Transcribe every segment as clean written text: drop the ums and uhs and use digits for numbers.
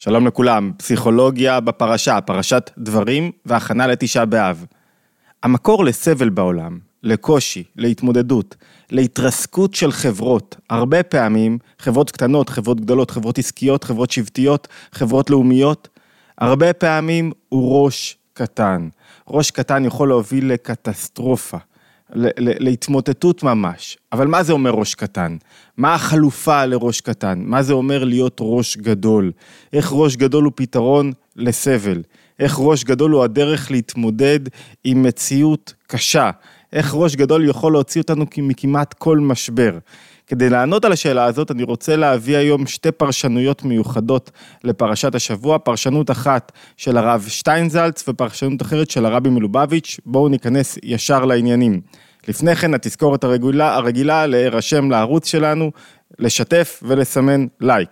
שלום לכולם, פסיכולוגיה בפרשה, פרשת דברים והכנה לתשעה באב. המקור לסבל בעולם, לקושי, להתמודדות, להתרסקות של חברות, הרבה פעמים חברות קטנות, חברות גדולות, חברות עסקיות, חברות שבטיות, חברות לאומיות, הרבה פעמים הוא ראש קטן. ראש קטן יכול להוביל לקטסטרופה, להתמוטטות ממש. אבל מה זה אומר ראש קטן? מה החלופה לראש קטן? מה זה אומר להיות ראש גדול? איך ראש גדול הוא פתרון לסבל? איך ראש גדול הוא הדרך להתמודד עם מציאות קשה? איך ראש גדול יכול להוציא אותנו מכמעט כל משבר? כדי לענות על השאלה הזאת, אני רוצה להביא היום שתי פרשנויות מיוחדות לפרשת השבוע, פרשנות אחת של הרב שטיינזלץ ופרשנות אחרת של הרבי מלובביץ'. בואו ניכנס ישר לעניינים. לפני כן, התזכורת הרגילה להירשם לערוץ שלנו, לשתף ולסמן לייק.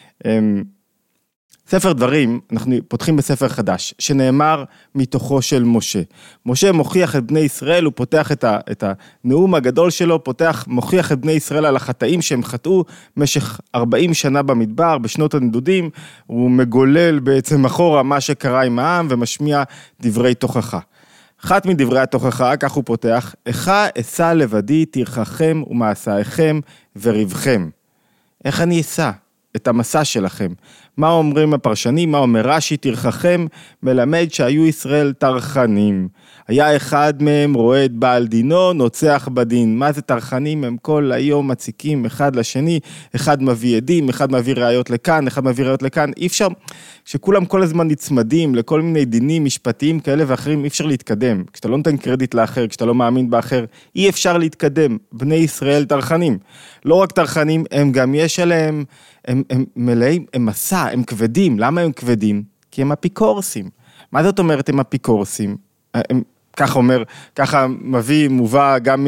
ספר דברים, אנחנו פותחים בספר חדש, שנאמר מתוכו של משה. משה מוכיח את בני ישראל, הוא פותח את הנאום הגדול שלו, מוכיח את בני ישראל על החטאים שהם חטאו משך 40 שנה במדבר, בשנות הנדודים, הוא מגולל בעצם אחורה מה שקרה עם העם, ומשמיע דברי תוכחה. אחת מדברי התוכחה, כך הוא פותח, איכה אשא לבדי תרחכם ומעשיכם וריבכם. איך אני אשא את המסע שלכם? מה אומרים הפרשנים? מה אומר רש"י? תרחכם מלמד שהיו ישראל טרחנים. היה אחד מהם רועד בעל דינו, נוצח בדין. מה זה טרחנים? הם כל היום מציקים אחד לשני, אחד מביא עדים, אחד מביא ראיות לכאן, אחד מביא ראיות לכאן. אי אפשר, שכולם כל הזמן נצמדים לכל מיני דינים משפטיים כאלה ואחרים, אי אפשר להתקדם. כשאתה לא נותן קרדיט לאחר, כשאתה לא מאמין באחר, אי אפשר להתקדם. בני ישראל טרחנים. לא רק טרחנים, הם גם יש עליהם, הם מלאים, הם מסע, הם כבדים. למה הם כבדים? כי הם אפיקורסים. מה זאת אומרת הם אפיקורסים? ככה מובא גם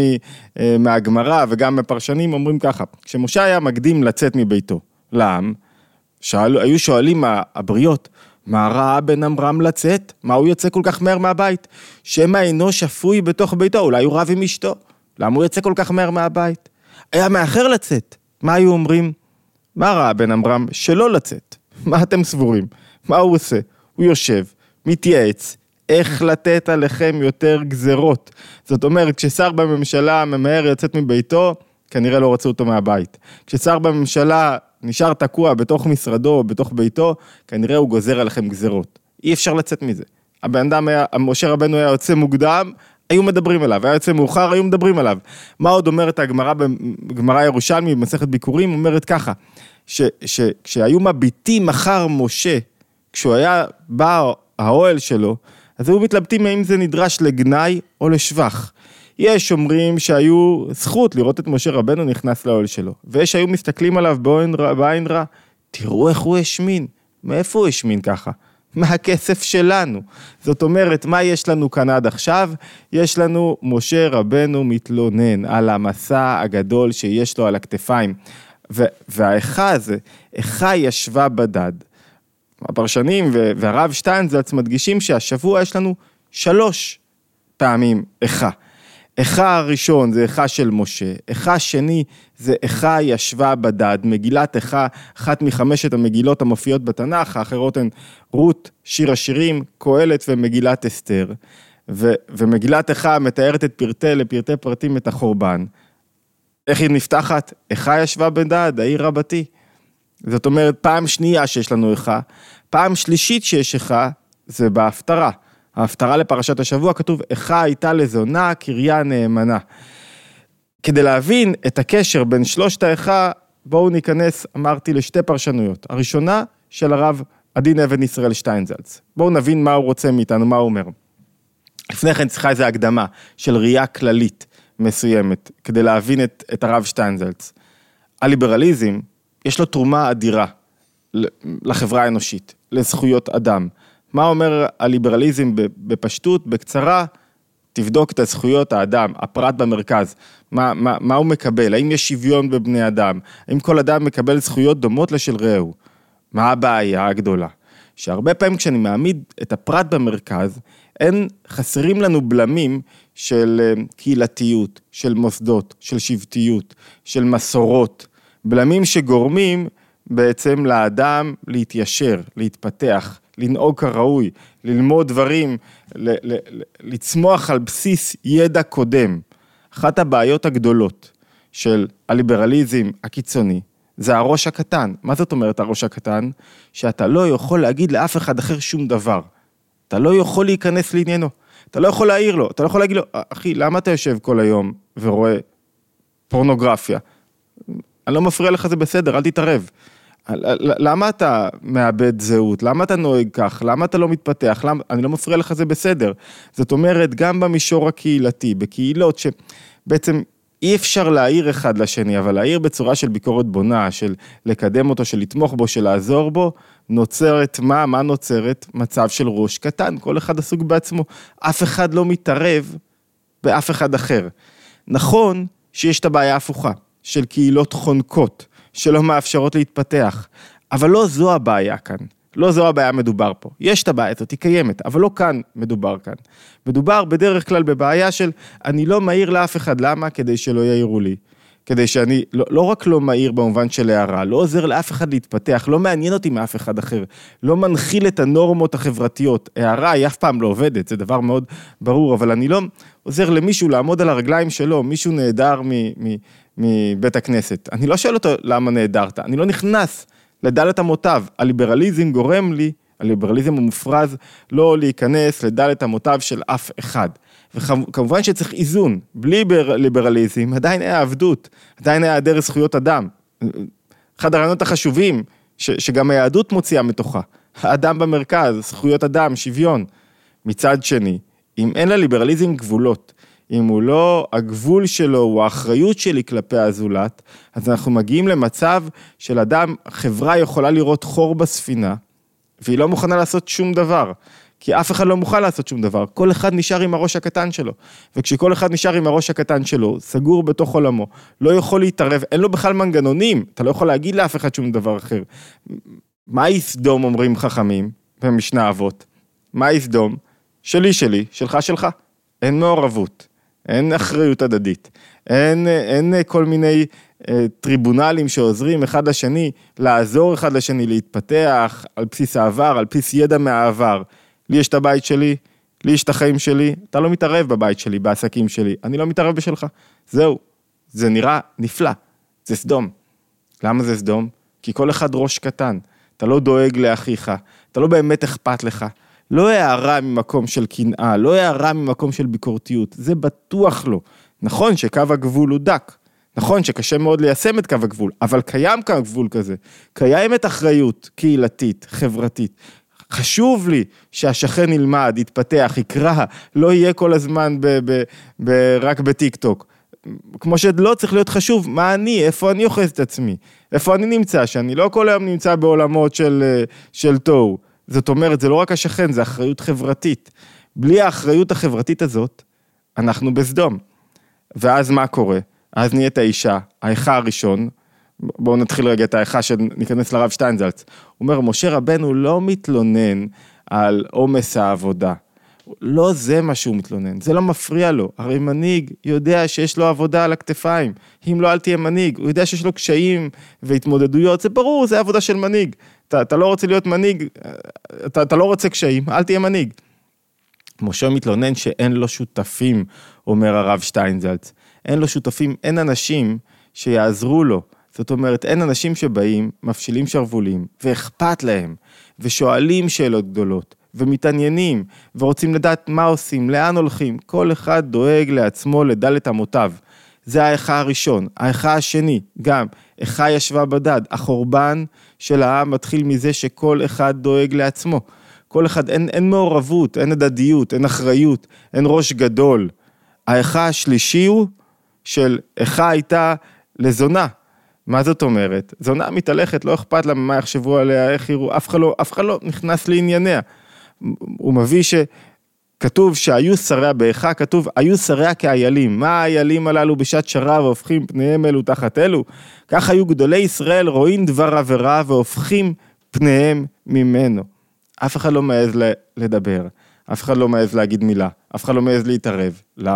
מהגמרא וגם מהפרשנים, אומרים ככה, כשמשה היה מקדים לצאת מביתו לעם, היו שואלים הבריות, מה ראה בן עמרם לצאת? מה הוא יוצא כל כך מהר מהבית? שמא אינו שפוי בתוך ביתו, אולי הוא רב עם אשתו. למה הוא יוצא כל כך מהר מהבית? היה מאחר לצאת. מה היו אומרים? מה ראה בן עמרם? שלא לצאת. מה אתם סבורים? מה הוא עושה? הוא יושב, מתייעץ, איך לתת עליכם יותר גזרות. זאת אומרת, כששר בממשלה ממהר יוצאת מביתו, כנראה לא רצו אותו מהבית. כששר בממשלה נשאר תקוע בתוך משרדו, בתוך ביתו, כנראה הוא גוזר עליכם גזרות. אי אפשר לצאת מזה. הבן אדם משה רבנו היה יוצא מוקדם, היו מדברים עליו, היה יוצא מאוחר, היו מדברים עליו. מה עוד אומרת הגמרא בגמרא ירושלמי, במסכת ביקורים, אומרת ככה, כשהיו מביטים אחר משה, כשהוא היה בא האוהל שלו, אז היו מתלבטים האם זה נדרש לגנאי או לשבח. יש אומרים שהיו זכות לראות את משה רבנו נכנס לאוהל שלו, ויש שהיו מסתכלים עליו בעין רע, תראו איך הוא השמין, מאיפה הוא השמין ככה? מהכסף שלנו. זאת אומרת, מה יש לנו כאן עד עכשיו? יש לנו משה רבנו מתלונן על המסע הגדול שיש לו על הכתפיים, והאיכה הזה, איכה ישבה בדד. הפרשנים והרב שטיינזלץ מדגישים שהשבוע יש לנו 3 פעמים איכה. איכה הראשון זה איכה של משה, איכה שני זה איכה ישבה בדד, מגילת איכה, אחת מ5 המגילות המופיעות בתנ"ך, האחרות הן רות, שיר השירים, קהלת ומגילת אסתר, ומגילת איכה מתארת לפרטי פרטים את החורבן. איך היא נפתחת? איכה ישבה בדד, העיר רבתי. זאת אומרת, פעם שנייה שיש לנו איכה, פעם שלישית שיש איכה, זה בהפטרה. ההפטרה לפרשת השבוע כתוב, איכה הייתה לזונה, קריה נאמנה. כדי להבין את הקשר בין 3 האיכה, בואו ניכנס, אמרתי, לשתי פרשנויות. הראשונה של הרב עדין אבן ישראל שטיינזלץ. בואו נבין מה הוא רוצה מאיתנו, מה הוא אומר. לפני כן צריכה איזו הקדמה של ראייה כללית מסוימת, כדי להבין את הרב שטיינזלץ. הליברליזם, יש לו תרומה אדירה לחברה האנושית, לזכויות אדם. מה אומר הליברליזם בפשטות, בקצרה? תבדוק את הזכויות האדם, הפרט במרכז. מה הוא מקבל? האם יש שוויון בבני אדם? האם כל אדם מקבל זכויות דומות לשל רעהו? מה הבעיה הגדולה? שהרבה פעמים כשאני מעמיד את הפרט במרכז, חסרים לנו בלמים של קהילתיות, של מוסדות, של שבטיות, של מסורות, בלמים שגורמים בעצם לאדם להתיישר, להתפתח, לנהוג כראוי, ללמוד דברים, לצמוח על בסיס ידע קודם. אחת הבעיות הגדולות של הליברליזם הקיצוני, זה הראש הקטן. מה זאת אומרת הראש הקטן? שאתה לא יכול להגיד לאף אחד אחר שום דבר. אתה לא יכול להיכנס לעניינו. אתה לא יכול להעיר לו. אתה לא יכול להגיד לו, אחי, למה אתה יושב כל היום ורואה פורנוגרפיה? אני לא מפריע לך, זה בסדר, אל תתערב. למה אתה מאבד זהות? למה אתה נוהג כך? למה אתה לא מתפתח? אני לא מפריע לך, זה בסדר. זאת אומרת, גם במישור הקהילתי, בקהילות שבעצם אי אפשר להעיר אחד לשני, אבל להעיר בצורה של ביקורת בונה, של לקדם אותו, של לתמוך בו, של לעזור בו, נוצרת מה נוצרת? מצב של ראש קטן, כל אחד עסוק בעצמו, אף אחד לא מתערב באף אחד אחר. נכון שיש את הבעיה ההפוכה, של קהילות חונקות, שלא מאפשרות להתפתח, אבל לא זו הבעיה כאן, לא זו הבעיה מדובר פה, יש את הבעיה הזאת, היא קיימת, אבל לא כאן מדובר כאן, מדובר בדרך כלל בבעיה של אני לא מעיר לאף אחד, למה? כדי שלא יעירו לי, כדי שאני לא רק לא מעיר במובן של הערה, לא עוזר לאף אחד להתפתח, לא מעניין אותי מאף אחד אחר, לא מנחיל את הנורמות החברתיות, הערה היא אף פעם לא עובדת, זה דבר מאוד ברור, אבל אני לא עוזר למישהו לעמוד על הרגליים שלו, מישהו נהדר מבית הכנסת, אני לא שואל אותו למה נהדרת, אני לא נכנס לדלת אמותיו, הליברליזם גורם לי, הליברליזם המופרז, לא להיכנס לדלת אמותיו של אף אחד. וכמובן שצריך איזון, בלי ליברליזם, עדיין היה עבדות, עדיין היה היעדר זכויות אדם. אחד הרעיונות החשובים, שגם היהדות מוציאה מתוכה, האדם במרכז, זכויות אדם, שוויון. מצד שני, אם אין לליברליזם גבולות, אם הוא לא, הגבול שלו הוא האחריות שלי כלפי הזולת, אז אנחנו מגיעים למצב של אדם, חברה יכולה לראות חור בספינה, והיא לא מוכנה לעשות שום דבר, כי אף אחד לא מוכן לעשות שום דבר, כל אחד נשאר עם הראש הקטן שלו, וכשכל אחד נשאר עם הראש הקטן שלו, סגור בתוך עולמו, לא יכול להתערב, אין לו בכלל מנגנונים, אתה לא יכול להגיד לאף אחד שום דבר אחר. מה יסדום אומרים חכמים במשנה אבות? מה יסדום? שלי, שלך, שלך. אין מעורבות, אין אחריות הדדית, אין כל מיני טריבונלים שעוזרים אחד לשני, לעזור אחד לשני, להתפתח על בסיס העבר, על בסיס ידע מהעבר. לי יש את הבית שלי, לי יש את החיים שלי, אתה לא מתערב בבית שלי, בעסקים שלי, אני לא מתערב בשלך. זהו, זה נראה נפלא, זה סדום. למה זה סדום? כי כל אחד ראש קטן, אתה לא דואג לאחיך, אתה לא באמת אכפת לך, לא הערה ממקום של קנאה, לא הערה ממקום של ביקורתיות, זה בטוח לא. נכון שקו הגבול הוא דק, נכון שקשה מאוד ליישם את קו הגבול, אבל קיים קו גבול כזה, קיימת אחריות קהילתית, חברתית. חשוב לי שהשכן ילמד, יתפתח, יקרא, לא יהיה כל הזמן רק בטיק טוק. כמו שלא צריך להיות חשוב, מה אני, איפה אני אוחז את עצמי, איפה אני נמצא, שאני לא כל היום נמצא בעולמות של תוהו. זאת אומרת, זה לא רק השכן, זה אחריות חברתית. בלי האחריות החברתית הזאת, אנחנו בסדום. ואז מה קורה? אז נהיית האישה, האיכה הראשון, בואו נתחיל רגע את האיכה שניכנס לרב שטיינזלץ. הוא אומר, משה רבנו לא מתלונן על עומס העבודה. לא זה מה שהוא מתלונן, זה לא מפריע לו. הרי מנהיג יודע שיש לו עבודה על הכתפיים. אם לא, אל תהיה מנהיג. הוא יודע שיש לו קשיים והתמודדויות. זה ברור, זה עבודה של מנהיג. אתה לא רוצה להיות מנהיג, אתה לא רוצה קשיים, אל תהיה מנהיג. משה מתלונן שאין לו שותפים, אומר הרב שטיינזלץ. אין לו שותפים, אין אנשים שיעזרו לו. זאת אומרת, אין אנשים שבאים, מפשילים שרבולים, ואכפת להם, ושואלים שאלות גדולות, ומתעניינים, ורוצים לדעת מה עושים, לאן הולכים. כל אחד דואג לעצמו לדלת אמותיו. זה האיכה הראשון. האיכה השני, גם, איכה ישבה בדד. החורבן של העם מתחיל מזה שכל אחד דואג לעצמו. כל אחד, אין מעורבות, אין הדדיות, אין אחריות, אין ראש גדול. האיכה השלישי הוא של איכה הייתה לזונה. מה זאת אומרת? זונה מתהלכת, לא אכפת לה מה יחשבו עליה, איך יראו, אף אחד לא נכנס לענייניה. הוא מביא שכתוב שהיו שריה באיכה, כתוב, היו שריה כאיילים. מה האיילים הללו בשעת שרה והופכים פניהם אלו תחת אלו? כך היו גדולי ישראל רואים דבר עבירה והופכים פניהם ממנו. אף אחד לא מעז לדבר, אף אחד לא מעז להגיד מילה, אף אחד לא מעז להתערב. למה?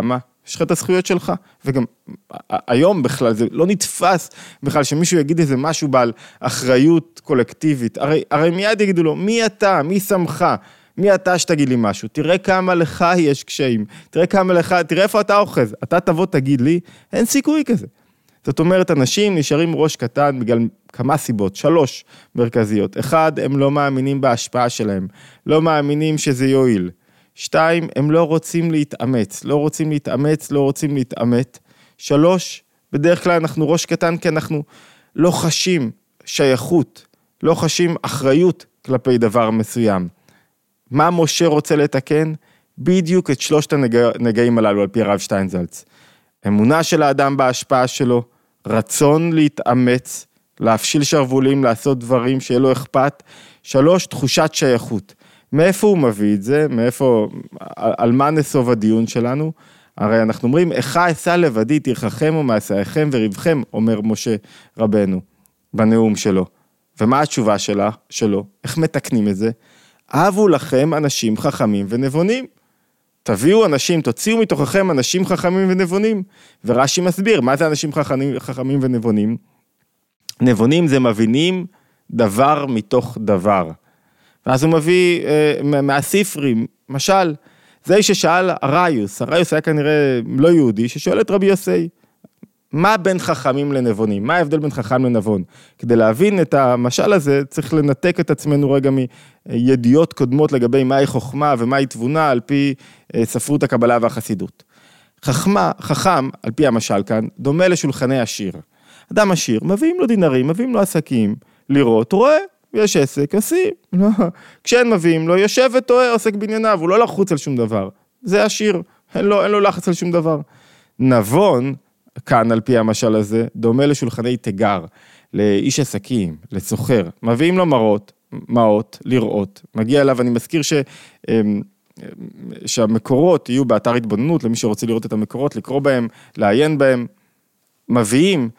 יש לך את הזכויות שלך, וגם היום בכלל זה לא נתפס בכלל שמישהו יגיד איזה משהו בעל אחריות קולקטיבית, הרי מיד יגידו לו, מי אתה, מי שמך, מי אתה שתגיד לי משהו, תראה כמה לך יש קשיים, תראה איפה אתה אוחז, אתה תבוא תגיד לי, אין סיכוי כזה. זאת אומרת, אנשים נשארים ראש קטן בגלל כמה סיבות, 3 מרכזיות. 1, הם לא מאמינים בהשפעה שלהם, לא מאמינים שזה יועיל. 2, הם לא רוצים להתאמץ, לא רוצים להתאמת. 3, בדרך כלל אנחנו ראש קטן כי אנחנו לא חשים שייכות, לא חשים אחריות כלפי דבר מסוים. מה משה רוצה לתקן? בדיוק את 3 הנגעים הללו על פי הרב שטיינזלץ. אמונה של האדם בהשפעה שלו, רצון להתאמץ, להפשיל שרוולים, לעשות דברים שיהיה לו אכפת. 3, תחושת שייכות. מאיפה הוא מביא את זה? על מה נסוב הדיון שלנו? הרי אנחנו אומרים, איכה אשא לבדי, תרחכם ומעשיכם וריבכם, אומר משה רבנו, בנאום שלו. ומה התשובה שלו? איך מתקנים את זה? אהבו לכם אנשים חכמים ונבונים. תוציאו מתוככם אנשים חכמים ונבונים. ורש"י מסביר, מה זה אנשים חכמים ונבונים? נבונים זה מבינים דבר מתוך דבר. ואז הוא מביא מהספרים, משל, זה ששאל הריוס היה כנראה לא יהודי, ששואל את רבי יוסי, מה בין חכמים לנבונים? מה ההבדל בין חכם לנבון? כדי להבין את המשל הזה, צריך לנתק את עצמנו רגע מידיעות קודמות לגבי מהי חוכמה ומהי תבונה, על פי ספרות הקבלה והחסידות. חכם, על פי המשל כאן, דומה לשולחני עשיר. אדם עשיר, מביאים לו דינרים, מביאים לו עסקים, לראות, רואה, יש עסק, עושים. לא. כשאין מביאים לו, יושב וטועה, עוסק בענייניו, הוא לא לחוץ על שום דבר. זה עשיר, אין לו לחץ על שום דבר. נבון, כאן על פי המשל הזה, דומה לשולחני תיגר, לאיש עסקים, לסוחר. מביאים לו מעות, לראות. מגיע אליו, אני מזכיר שהמקורות יהיו באתר התבוננות, למי שרוצה לראות את המקורות, לקרוא בהם, לעיין בהם. מביאים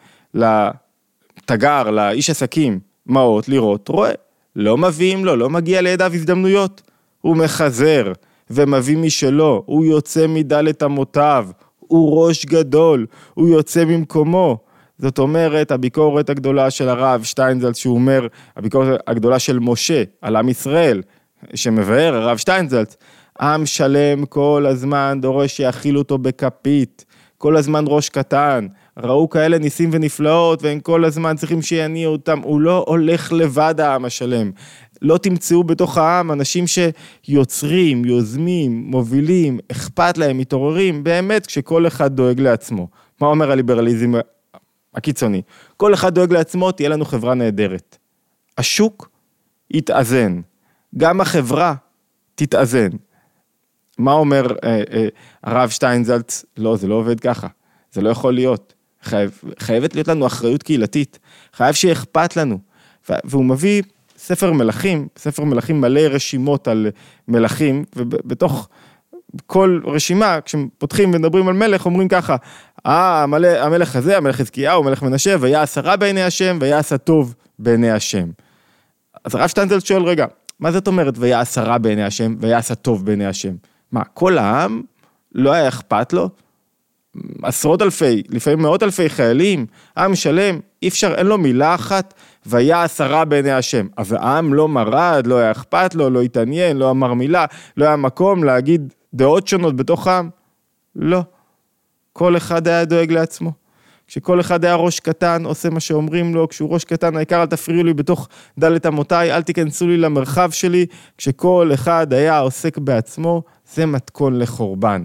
לתגר, לאיש עסקים, מעות, לראות, רואה. לא מביאים לו, לא מגיע לידיו הזדמנויות. הוא מחזר ומביא משלו, הוא יוצא מדלת אמותיו, הוא ראש גדול, הוא יוצא ממקומו. זאת אומרת, הביקורת הגדולה של הרב שטיינזלץ, שהוא אומר, הביקורת הגדולה של משה על עם ישראל, שמבאר הרב שטיינזלץ, עם שלם כל הזמן דורש שיאכילו אותו בכפית, כל הזמן ראש קטן, ראו כאלה ניסים ונפלאות, והם כל הזמן צריכים שיניעו אותם, הוא לא הולך לבד העם השלם. לא תמצאו בתוך העם אנשים שיוצרים, יוזמים, מובילים, אכפת להם, מתעוררים, באמת כשכל אחד דואג לעצמו. מה אומר הליברליזם הקיצוני? כל אחד דואג לעצמו, תהיה לנו חברה נהדרת. השוק יתאזן, גם החברה תתאזן. מה אומר הרב שטיינזלץ? לא, זה לא עובד ככה, זה לא יכול להיות. חייבת להיות לנו אחריות קהילתית, חייב שיהיה אכפת לנו. והוא מביא ספר מלכים מלא רשימות על מלכים, ובתוך כל רשימה, כשפותחים ומדברים על מלך, אומרים ככה, המלך הזה, המלך חזקיהו, המלך מנשה, ויעש הרע בעיני השם, ויעש הטוב בעיני השם. אז הרב שטיינזלץ שואל, רגע, מה זאת אומרת, ויעש הרע בעיני השם, ויעש הטוב בעיני השם? מה, כל העם לא היה אכפת לו? עשרות אלפי, לפעמים מאות אלפי חיילים, עם שלם, אי אפשר, אין לו מילה אחת, ויעש הרע בעיני השם. אז העם לא מרד, לא היה אכפת לו, לא התעניין, לא אמר מילה, לא היה מקום להגיד דעות שונות בתוך העם. לא. כל אחד היה דואג לעצמו. כשכל אחד היה ראש קטן, עושה מה שאומרים לו, כשהוא ראש קטן, העיקר אל תפריעו לי בתוך דלת אמותיי, אל תיכנסו לי למרחב שלי, כשכל אחד היה עוסק בעצמו, זה מתכון לחורבן.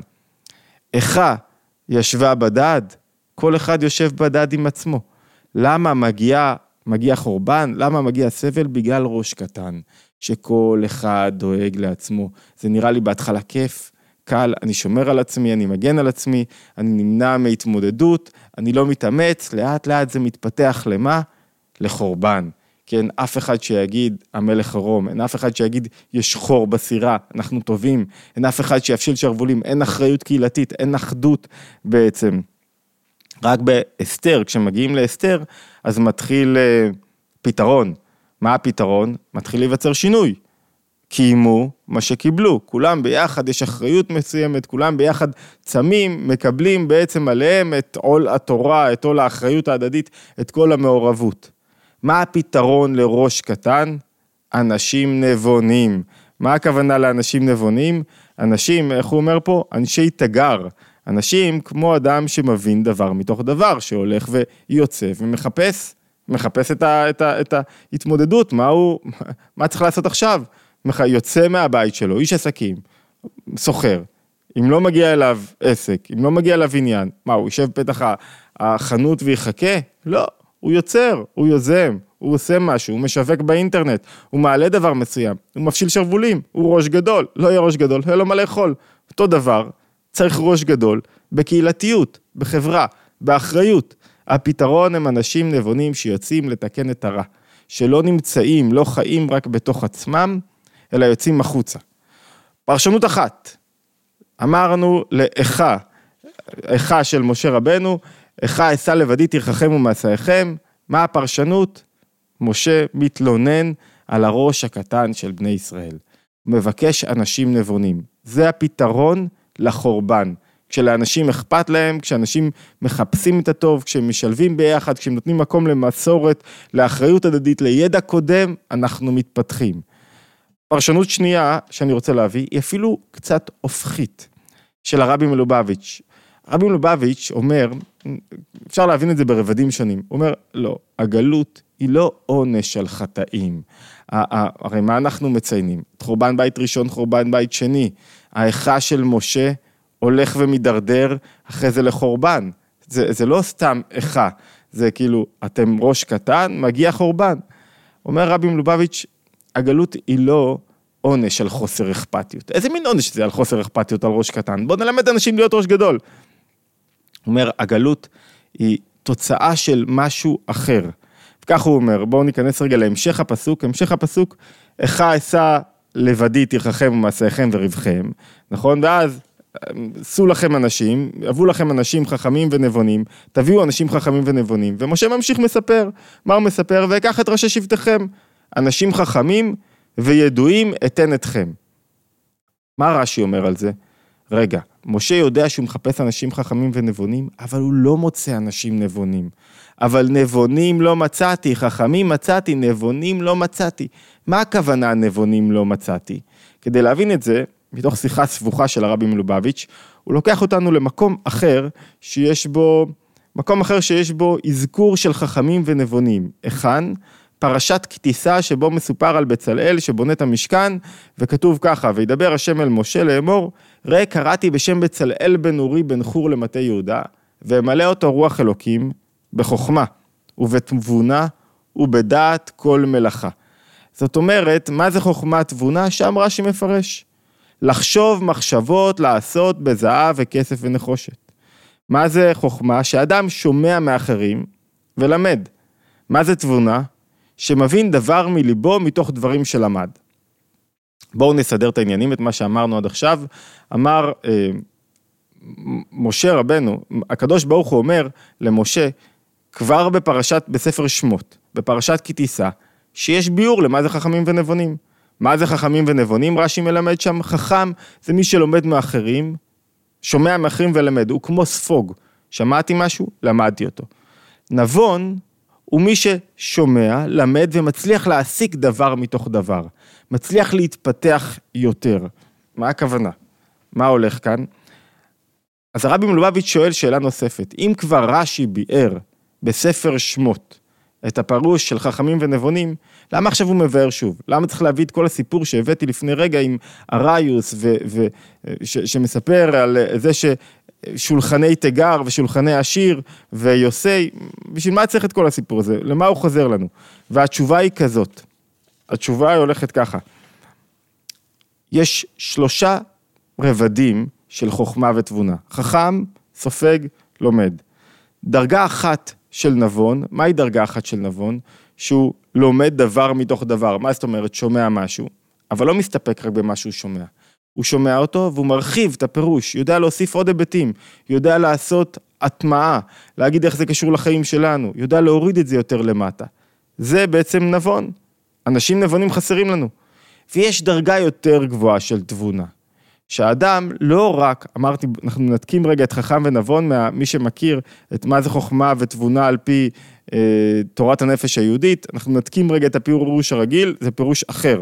איכה ישבה בדד, כל אחד יושב בדד עם עצמו. למה מגיע חורבן? למה מגיע סבל? בגלל ראש קטן, שכל אחד דואג לעצמו. זה נראה לי בהתחלה כיף, קל, אני שומר על עצמי, אני מגן על עצמי, אני נמנע מהתמודדות, אני לא מתאמץ, לאט לאט זה מתפתח למה? לחורבן. כי אין אף אחד שיגיד המלך ערום, אין אף אחד שיגיד יש חור בסירה, אנחנו טובים, אין אף אחד שיפשיל שרוולים, אין אחריות קהילתית, אין אחדות בעצם. רק באסתר, כשמגיעים לאסתר, אז מתחיל פתרון. מה הפתרון? מתחיל להיווצר שינוי. קיימו מה שקיבלו, כולם ביחד, יש אחריות מסוימת, כולם ביחד צמים, מקבלים בעצם עליהם את עול התורה, את עול האחריות ההדדית, את כל המעורבות. מה הפתרון לראש קטן? אנשים נבונים. מה הכוונה לאנשים נבונים? אנשים, איך הוא אומר פה? אנשי תגר. אנשים כמו אדם שמבין דבר מתוך דבר, שהולך ויוצא ומחפש את ההתמודדות, מה צריך לעשות עכשיו? יוצא מהבית שלו, איש עסקים, סוחר, אם לא מגיע אליו עסק, אם לא מגיע אליו עניין, הוא יישב פתח החנות ויחכה? לא, הוא יוצר, הוא יוזם, הוא עושה משהו, הוא משווק באינטרנט, הוא מעלה דבר מסוים, הוא מפשיל שרבולים, הוא ראש גדול, לא יהיה ראש גדול, לא מה לאכול. אותו דבר, צריך ראש גדול, בקהילתיות, בחברה, באחריות. הפתרון הם אנשים נבונים שיוצאים לתקן את הרע, שלא נמצאים, לא חיים רק בתוך עצמם, אלא יוצאים מחוצה. פרשנות אחת, אמרנו לאיכה של משה רבנו, איכה אשא לבדי תרחכם ומעשיכם, מה הפרשנות? משה מתלונן על הראש הקטן של בני ישראל, מבקש אנשים נבונים, זה הפתרון לחורבן, כשלאנשים אכפת להם, כשאנשים מחפשים את הטוב, כשהם משלבים ביחד, כשהם נותנים מקום למסורת, לאחריות הדדית, לידע קודם, אנחנו מתפתחים. פרשנות שנייה שאני רוצה להביא, היא אפילו קצת הופכית, של הרבי מלובביץ'. הרבי מלובביץ' אומר, אפשר להבין את זה ברבדים שונים, הוא אומר, לא, הגלות היא לא עונש על חטאים. הרי מה אנחנו מציינים? חורבן בית ראשון, חורבן בית שני. האיכה של משה הולך ומדרדר אחרי זה לחורבן. זה לא סתם איכה, זה כאילו, אתם ראש קטן, מגיע חורבן. אומר רבי מלובביץ', הגלות היא לא עונש על חוסר אכפתיות. איזה מין עונש זה על חוסר אכפתיות על ראש קטן? בוא נלמד אנשים להיות ראש גדול. הוא אומר, הגלות היא תוצאה של משהו אחר. וכך הוא אומר, בואו ניכנס רגע להמשך הפסוק. המשך הפסוק, איכה אשא לבדי תרחכם ומעשיכם ורווחכם, נכון? ואז עשו לכם אנשים, הבאו לכם אנשים חכמים ונבונים, תביאו אנשים חכמים ונבונים, ומשה ממשיך מספר, מה הוא מספר? ויקח את ראשי שבטכם, אנשים חכמים וידועים אתן אתכם. מה רש"י אומר על זה? רגע, משה יודע שהוא מחפש אנשים חכמים ונבונים, אבל הוא לא מוצא אנשים נבונים. אבל נבונים לא מצאתי, חכמים מצאתי, נבונים לא מצאתי. מה הכוונה נבונים לא מצאתי? כדי להבין את זה, מתוך שיחה סבוכה של הרבי מלובביץ', הוא לוקח אותנו למקום אחר שיש בו אזכור של חכמים ונבונים. היכן? פרשת כתיסה שבו מסופר על בצלאל שבונה את המשכן, וכתוב ככה, וידבר השם אל משה לאמור, ראה קראתי בשם בצלאל בן אורי בן חור למטה יהודה, ומלא אותו רוח אלוקים בחוכמה, ובתבונה, ובדעת כל מלאכה. זאת אומרת, מה זה חוכמה תבונה? שם רש"י מפרש. לחשוב מחשבות, לעשות בזהב וכסף ונחושת. מה זה חוכמה? שאדם שומע מאחרים ולמד. מה זה תבונה? שמבין דבר מליבו מתוך דברים שלמד. בואו נסדר את העניינים, את מה שאמרנו עד עכשיו. אמר משה רבנו, הקדוש ברוך הוא אומר למשה, כבר בספר שמות, בפרשת כתיסה, שיש ביור למה זה חכמים ונבונים. מה זה חכמים ונבונים? רש"י מלמד שם, חכם זה מי שלומד מאחרים, שומע מאחרים ולמד, הוא כמו ספוג. שמעתי משהו? למדתי אותו. נבון הוא מי ששומע, למד ומצליח להסיק דבר מתוך דבר. מצליח להתפתח יותר. מה הכוונה? מה הולך כאן? אז הרבי מלובביץ' שואל שאלה נוספת. אם כבר רש"י ביאר בספר שמות את הפירוש של חכמים ונבונים, למה עכשיו הוא מבאר שוב? למה צריך להביא את כל הסיפור שהבאתי לפני רגע עם אריוס שמספר על זה ששולחני תגר ושולחני עשיר ויוסי, בשביל מה צריך את כל הסיפור הזה? למה הוא חוזר לנו? והתשובה היא כזאת. התשובה היא הולכת ככה. יש 3 רבדים של חוכמה ותבונה. חכם, סופג, לומד. דרגה אחת של נבון, מהי דרגה אחת של נבון? שהוא לומד דבר מתוך דבר. מה זאת אומרת? שומע משהו, אבל לא מסתפק רק במה שהוא שומע. הוא שומע אותו והוא מרחיב את הפירוש, יודע להוסיף עוד היבטים, יודע לעשות הטמעה, להגיד איך זה קשור לחיים שלנו, יודע להוריד את זה יותר למטה. זה בעצם נבון. אנשים נבונים חסרים לנו. ויש דרגה יותר גבוהה של תבונה. שהאדם לא רק, אמרתי, אנחנו נתקים רגע את חכם ונבון, מי שמכיר את מה זה חוכמה ותבונה על פי תורת הנפש היהודית, אנחנו נתקים רגע את הפירוש הרגיל, זה פירוש אחר.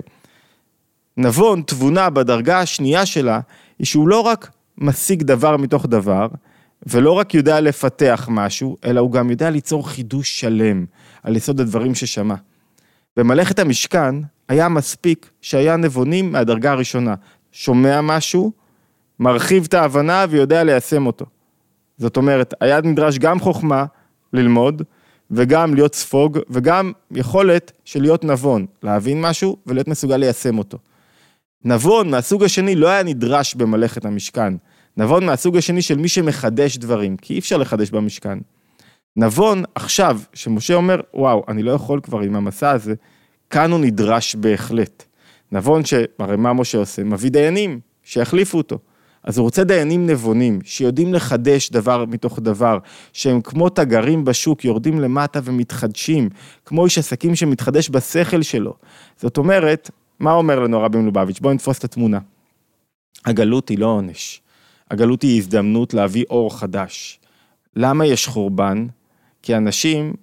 נבון, תבונה בדרגה השנייה שלה, היא שהוא לא רק משיג דבר מתוך דבר, ולא רק יודע לפתח משהו, אלא הוא גם יודע ליצור חידוש שלם, על יסוד הדברים ששמע. במלאכת המשכן, היה מספיק שהיה נבונים מהדרגה הראשונה, שומע משהו, מרחיב את ההבנה ויודע ליישם אותו. זאת אומרת, היה נדרש גם חוכמה ללמוד, וגם להיות ספוג, וגם יכולת של להיות נבון, להבין משהו ולהיות מסוגל ליישם אותו. נבון מהסוג השני לא היה נדרש במלאכת המשכן, נבון מהסוג השני של מי שמחדש דברים, כי אי אפשר לחדש במשכן. נבון עכשיו, שמשה אומר, וואו, אני לא יכול כבר עם המסע הזה, כאן הוא נדרש בהחלט. נבון שהרי מה משה עושה? מביא דיינים שיחליפו אותו. אז הוא רוצה דיינים נבונים, שיודעים לחדש דבר מתוך דבר, שהם כמו תגרים בשוק, יורדים למטה ומתחדשים, כמו איש עסקים שמתחדש בשכל שלו. זאת אומרת, מה אומר לנו הרבי מלובביץ'? בואו נתפוס את התמונה. הגלות היא לא עונש. הגלות היא הזדמנות להביא אור חדש. למה יש חורבן? כי אנשים,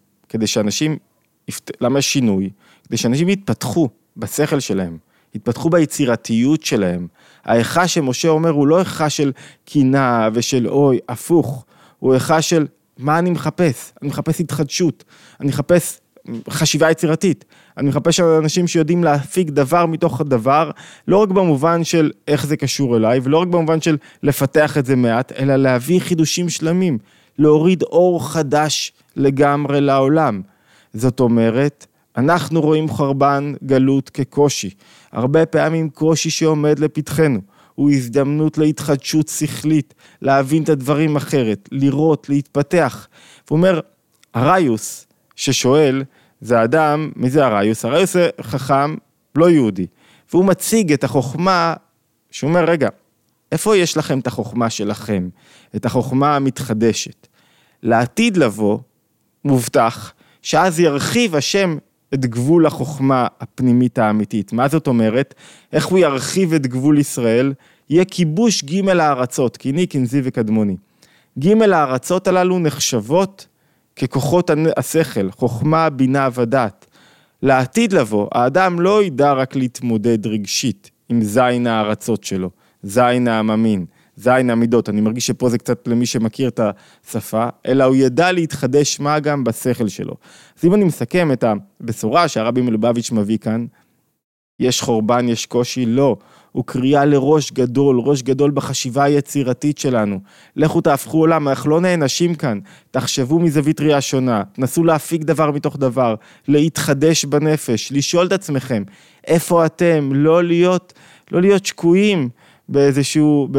למה יש שינוי? כדי שאנשים יתפתחו בשכל שלהם, יתפתחו ביצירתיות שלהם. האיכה שמשה אומר הוא לא איכה של קינה ושל אוי, הפוך. הוא איכה של מה אני מחפש? אני מחפש התחדשות, אני מחפש חשיבה יצירתית, אני מחפש אנשים שיודעים להפיק דבר מתוך הדבר, לא רק במובן של איך זה קשור אליי, ולא רק במובן של לפתח את זה מעט, אלא להביא חידושים שלמים, להוריד אור חדש לגמרי לעולם. זאת אומרת, אנחנו רואים חורבן גלות כקושי, הרבה פעמים קושי שעומד לפתחנו, הוא הזדמנות להתחדשות שכלית, להבין את הדברים אחרת, לראות, להתפתח. הוא אומר, הריוס ששואל, זה אדם, מי זה הריוס? הריוס זה חכם לא יהודי, והוא מציג את החוכמה, שהוא אומר, רגע, איפה יש לכם את החוכמה שלכם, את החוכמה המתחדשת? לעתיד לבוא, מובטח, שאז ירחיב השם את גבול החוכמה הפנימית האמיתית. מה זאת אומרת? איך הוא ירחיב את גבול ישראל? יהיה כיבוש ג' הארצות, קיני, כנזי וקדמוני. ג' הארצות הללו נחשבות ככוחות השכל, חוכמה, בינה ודעת. לעתיד לבוא, האדם לא ידע רק להתמודד רגשית עם זין הארצות שלו, זין העממין, זין המידות. אני מרגיש שפה זה קצת למי שמכיר את השפה, אלא הוא ידע להתחדש מה גם בשכל שלו. אז אם אני מסכם את הבשורה שהרבי מלובביץ' מביא כאן, יש חורבן, יש קושי, לא. הוא קריאה לראש גדול, ראש גדול בחשיבה היצירתית שלנו. לכו תהפכו עולם, אנחנו לא נענשים כאן. תחשבו מזווית ראייה שונה, תנסו להפיק דבר מתוך דבר, להתחדש בנפש, לשאול את עצמכם, איפה אתם? לא להיות שקועים באיזשהו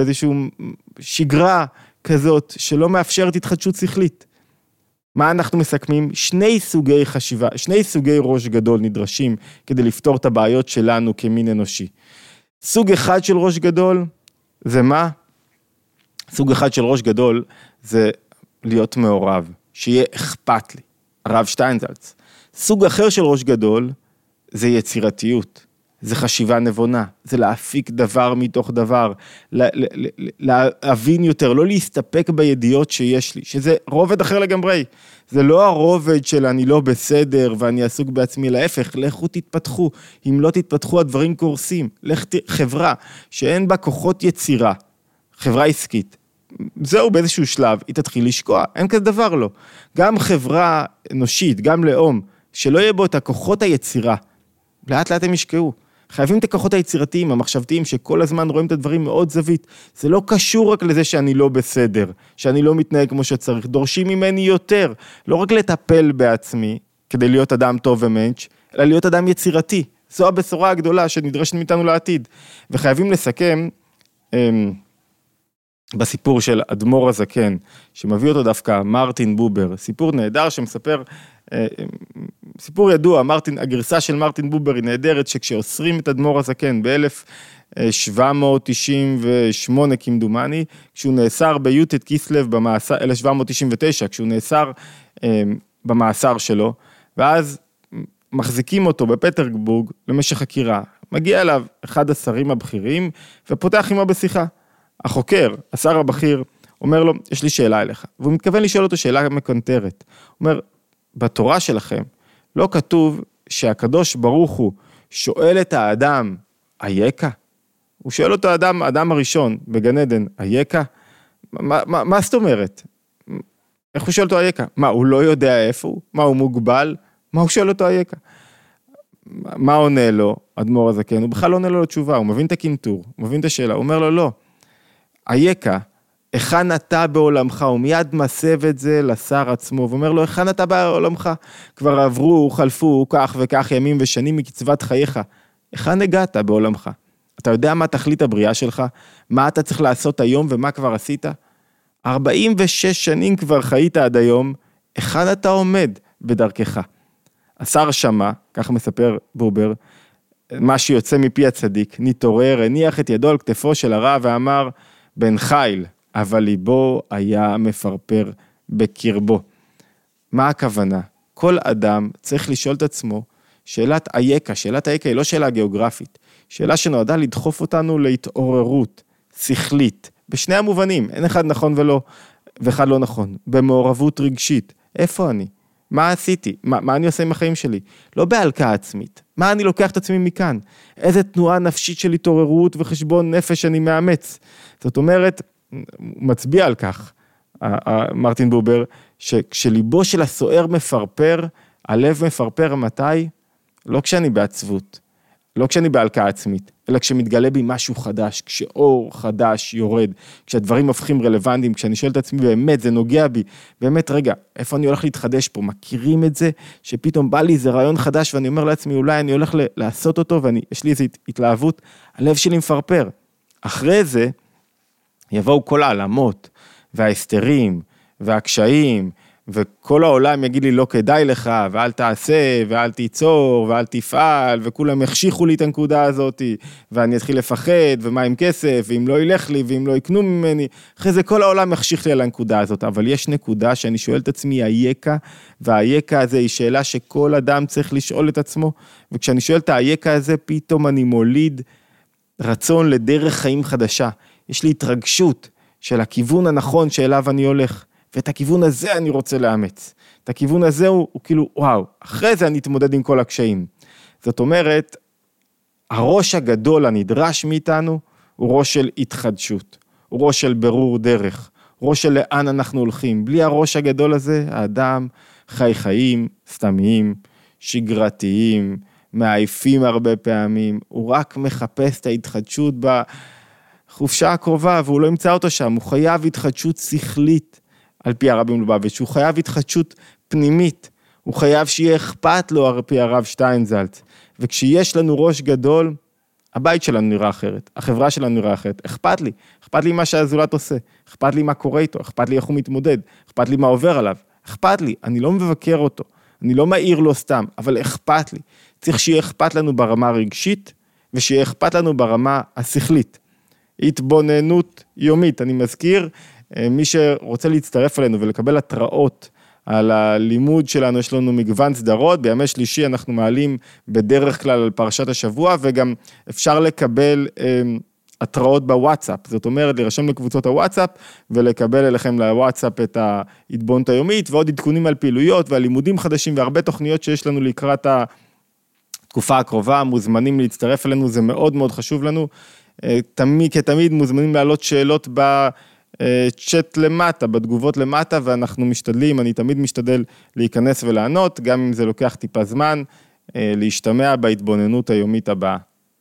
שגרה כזאת, שלא מאפשרת התחדשות שכלית. מה אנחנו מסכמים? שני סוגי חשיבה, שני סוגי ראש גדול נדרשים כדי לפתור את הבעיות שלנו כמין אנושי. סוג אחד של ראש גדול זה מה? סוג אחד של ראש גדול זה להיות מעורב, שיהיה אכפת לי, הרב שטיינזלץ. סוג אחר של ראש גדול זה יצירתיות, זה חשיבה נבונה, זה להפיק דבר מתוך דבר, להבין יותר, לא להסתפק בידיעות שיש לי, שזה רובד אחר לגמרי. זה לא הרובד של אני לא בסדר ואני עסוק בעצמי, להפך, לכו תתפתחו, אם לא תתפתחו הדברים קורסים. חברה שאין בה כוחות יצירה, חברה עסקית, זהו באיזשהו שלב, היא תתחיל לשקוע, אין כזה דבר לא. גם חברה אנושית, גם לאום, שלא יהיה בו את הכוחות היצירה, לאט לאט הם ישקעו. חייבים את הכוחות היצירתיים, המחשבתיים, שכל הזמן רואים את הדברים מאוד זווית. זה לא קשור רק לזה שאני לא בסדר, שאני לא מתנהג כמו שצריך. דורשים ממני יותר, לא רק לטפל בעצמי, כדי להיות אדם טוב ומנץ', אלא להיות אדם יצירתי. זו הבשורה הגדולה שנדרשת מאיתנו לעתיד. וחייבים לסכם בסיפור של אדמו"ר הזקן, שמביא אותו דווקא מרטין בובר, סיפור נהדר שמספר, סיפור ידוע, הגרסה של מרטין בובר היא נהדרת, שכשאוסרים את אדמו"ר הזקן ב-1798 כמדומני, כשהוא נאסר ביוטט כיסלב במאסר, 1799, כשהוא נאסר במאסר שלו, ואז מחזיקים אותו בפטרבורג למשך חקירה, מגיע אליו אחד השרים הבכירים, ופותח עמו בשיחה. החוקר, השר הבכיר, אומר לו, יש לי שאלה אליך, והוא מתכוון לשאול אותו שאלה מקנטרת. הוא אומר, בתורה שלכם, לא כתוב שהקדוש ברוך הוא שואל את האדם, אייכה? הוא שואל אותו האדם הראשון בגן עדן, אייכה? מה זאת אומרת? איך הוא שואל אותו אייכה? מה, הוא לא יודע איפה הוא? מה, הוא מוגבל? מה הוא שואל אותו אייכה? מה עונה לו, אדמו"ר הזקן? הוא בכלל לא עונה לו תשובה, הוא מבין את הקינטור, הוא מבין את השאלה, הוא אומר לו, לא, אייכה, היכן אתה בעולמך? הוא מיד מסב את זה לשר עצמו, ואומר לו, היכן אתה בעולמך? כבר עברו, חלפו, כך וכך ימים ושנים מקצבת חייך. היכן הגעת בעולמך? אתה יודע מה תכלית הבריאה שלך? מה אתה צריך לעשות היום ומה כבר עשית? 46 שנים כבר חיית עד היום, היכן אתה עומד בדרכך? השר שמע, כך מספר בובר, מה שיוצא מפי הצדיק, נתעורר, הניח את ידו על כתפו של הרב ואמר, בן חיל, אבל ליבו היה מפרפר בקרבו. מה הכוונה? כל אדם צריך לשאול את עצמו, שאלת אייכה היא לא שאלה גיאוגרפית, שאלה שנועדה לדחוף אותנו להתעוררות, שכלית, בשני המובנים, אין אחד נכון ואחד לא נכון, במעורבות רגשית, איפה אני? מה עשיתי? מה אני עושה עם החיים שלי? לא בהלקאה עצמית, מה אני לוקח את עצמי מכאן? איזה תנועה נפשית של התעוררות וחשבון נפש אני מאמץ? זאת אומרת, הוא מצביע על כך, מרטין בובר, שכשליבו של הסוער מפרפר, הלב מפרפר מתי? לא כשאני בעצבות, לא כשאני בהלקאה עצמית, אלא כשמתגלה בי משהו חדש, כשאור חדש יורד, כשהדברים הופכים רלוונטיים, כשאני שואל את עצמי באמת, זה נוגע בי, באמת רגע, איפה אני הולך להתחדש פה? מכירים את זה? שפתאום בא לי איזה רעיון חדש, ואני אומר לעצמי, אולי אני הולך לעשות אותו, ויש לי איזו התלהבות, הלב שלי מפרפר. אחרי זה, יבואו כל העלמות, וההסתרים, והקשיים, וכל העולם יגיד לי לא כדאי לך, ואל תעשה, ואל תיצור, ואל תפעל, וכולם יחשיכו לי את הנקודה הזאת, ואני אתחיל לפחד, ומה עם כסף, ואם לא ילך לי, ואם לא יקנו ממני, אחרי זה כל העולם יחשיך לי על הנקודה הזאת, אבל יש נקודה שאני שואל את עצמי, אייכה, והאייכה הזה היא שאלה שכל אדם צריך לשאול את עצמו, וכשאני שואל את האייכה הזה, פתאום אני מוליד רצון לדרך חיים חדשה, יש לי התרגשות של הכיוון הנכון שאליו אני הולך, ואת הכיוון הזה אני רוצה לאמץ. את הכיוון הזה הוא כאילו, וואו, אחרי זה אני אתמודד עם כל הקשיים. זאת אומרת, הראש הגדול הנדרש מאיתנו, הוא ראש של התחדשות, הוא ראש של ברור דרך, ראש של לאן אנחנו הולכים. בלי הראש הגדול הזה, האדם חי חיים סתמיים, שגרתיים, מעייפים הרבה פעמים, הוא רק מחפש את ההתחדשות בחופשה הקרובה, והוא לא ימצא אותו שם, הוא חייב התחדשות שכלית, על פי הרבי מלובביץ', הוא חייב התחדשות פנימית, הוא חייב שיהיה אכפת לו על פי הרב שטיינזלץ, וכשיש לנו ראש גדול, הבית שלנו נראה אחרת, החברה שלנו נראה אחרת, אכפת לי מה שהזולת עושה, אכפת לי מה קורה איתו, אכפת לי איך הוא מתמודד, אכפת לי מה עובר עליו, אכפת לי, אני לא מבקר אותו, אני לא מעיר לו סתם, אבל אכפת לי, צריך שיהיה אכפת לנו ברמה הרגשית, ושיהיה אכפת לנו ברמה השכלית, התבוננות יומית, אני מזכיר, מי שרוצה להצטרף אלינו ולקבל התראות על הלימוד שלנו, יש לנו מגוון סדרות, בימי שלישי אנחנו מעלים בדרך כלל על פרשת השבוע, וגם אפשר לקבל התראות בוואטסאפ, זאת אומרת, להירשם לקבוצות הוואטסאפ, ולקבל אליכם לוואטסאפ את ההתבוננות היומית, ועוד עדכונים על פעילויות, ועל לימודים חדשים, והרבה תוכניות שיש לנו לקראת התקופה הקרובה, מוזמנים להצטרף אלינו, זה מאוד מאוד חשוב לנו, כתמיד מוזמנים להעלות שאלות צ'אט למטה, בתגובות למטה, ואנחנו משתדלים, אני תמיד משתדל להיכנס ולענות, גם אם זה לוקח טיפה זמן, להשתמע בהתבוננות היומית הבאה.